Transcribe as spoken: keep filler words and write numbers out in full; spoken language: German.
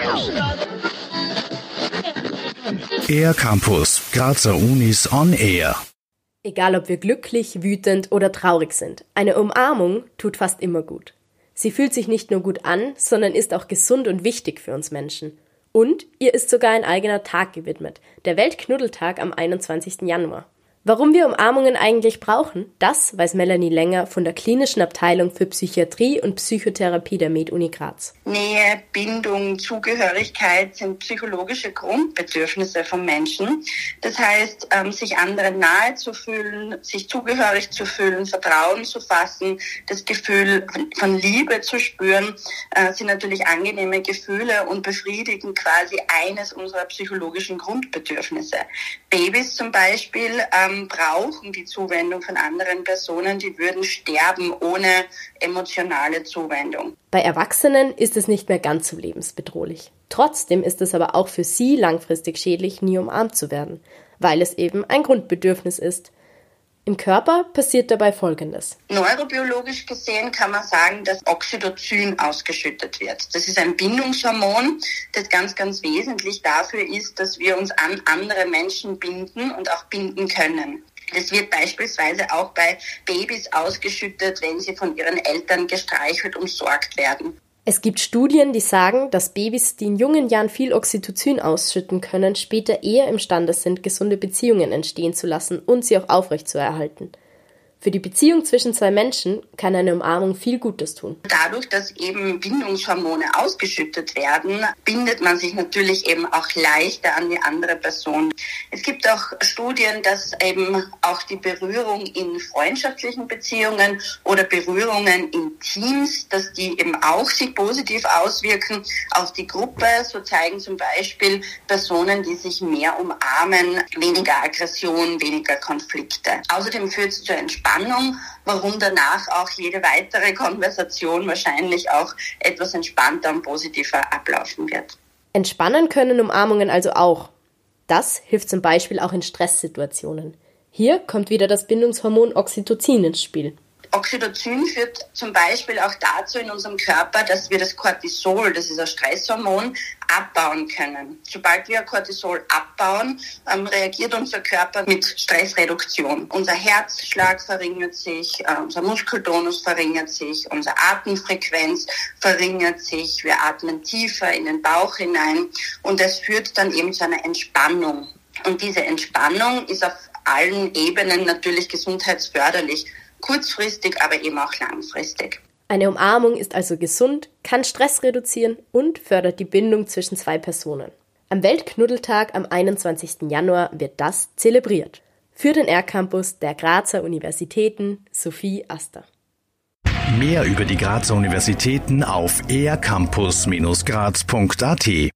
Air Campus, Grazer Unis on Air. Egal ob wir glücklich, wütend oder traurig sind, eine Umarmung tut fast immer gut. Sie fühlt sich nicht nur gut an, sondern ist auch gesund und wichtig für uns Menschen. Und ihr ist sogar ein eigener Tag gewidmet, der Weltknuddeltag am einundzwanzigsten Januar. Warum wir Umarmungen eigentlich brauchen, das weiß Melanie Länger von der klinischen Abteilung für Psychiatrie und Psychotherapie der Med-Uni Graz. Nähe, Bindung, Zugehörigkeit sind psychologische Grundbedürfnisse von Menschen. Das heißt, ähm, sich anderen nahe zu fühlen, sich zugehörig zu fühlen, Vertrauen zu fassen, das Gefühl von Liebe zu spüren, äh, sind natürlich angenehme Gefühle und befriedigen quasi eines unserer psychologischen Grundbedürfnisse. Babys zum Beispiel ähm, brauchen die Zuwendung von anderen Personen, die würden sterben ohne emotionale Zuwendung. Bei Erwachsenen ist es nicht mehr ganz so lebensbedrohlich. Trotzdem ist es aber auch für sie langfristig schädlich, nie umarmt zu werden, weil es eben ein Grundbedürfnis ist. Im Körper passiert dabei Folgendes. Neurobiologisch gesehen kann man sagen, dass Oxytocin ausgeschüttet wird. Das ist ein Bindungshormon, das ganz, ganz wesentlich dafür ist, dass wir uns an andere Menschen binden und auch binden können. Das wird beispielsweise auch bei Babys ausgeschüttet, wenn sie von ihren Eltern gestreichelt und umsorgt werden. Es gibt Studien, die sagen, dass Babys, die in jungen Jahren viel Oxytocin ausschütten können, später eher imstande sind, gesunde Beziehungen entstehen zu lassen und sie auch aufrechtzuerhalten. Für die Beziehung zwischen zwei Menschen kann eine Umarmung viel Gutes tun. Dadurch, dass eben Bindungshormone ausgeschüttet werden, bindet man sich natürlich eben auch leichter an die andere Person. Es gibt auch Studien, dass eben auch die Berührung in freundschaftlichen Beziehungen oder Berührungen in Teams, dass die eben auch sich positiv auswirken auf die Gruppe. So zeigen zum Beispiel Personen, die sich mehr umarmen, weniger Aggression, weniger Konflikte. Außerdem führt es zur Entspannung. Warum danach auch jede weitere Konversation wahrscheinlich auch etwas entspannter und positiver ablaufen wird. Entspannen können Umarmungen also auch. Das hilft zum Beispiel auch in Stresssituationen. Hier kommt wieder das Bindungshormon Oxytocin ins Spiel. Oxytocin führt zum Beispiel auch dazu in unserem Körper, dass wir das Cortisol, das ist ein Stresshormon, abbauen können. Sobald wir Cortisol abbauen, ähm, reagiert unser Körper mit Stressreduktion. Unser Herzschlag verringert sich, äh, unser Muskeltonus verringert sich, unsere Atemfrequenz verringert sich, wir atmen tiefer in den Bauch hinein und das führt dann eben zu einer Entspannung. Und diese Entspannung ist auf allen Ebenen natürlich gesundheitsförderlich. Kurzfristig, aber eben auch langfristig. Eine Umarmung ist also gesund, kann Stress reduzieren und fördert die Bindung zwischen zwei Personen. Am Weltknuddeltag am einundzwanzigsten Januar wird das zelebriert. Für den Air Campus der Grazer Universitäten, Sophie Aster. Mehr über die Grazer Universitäten auf air campus Bindestrich graz Punkt a t.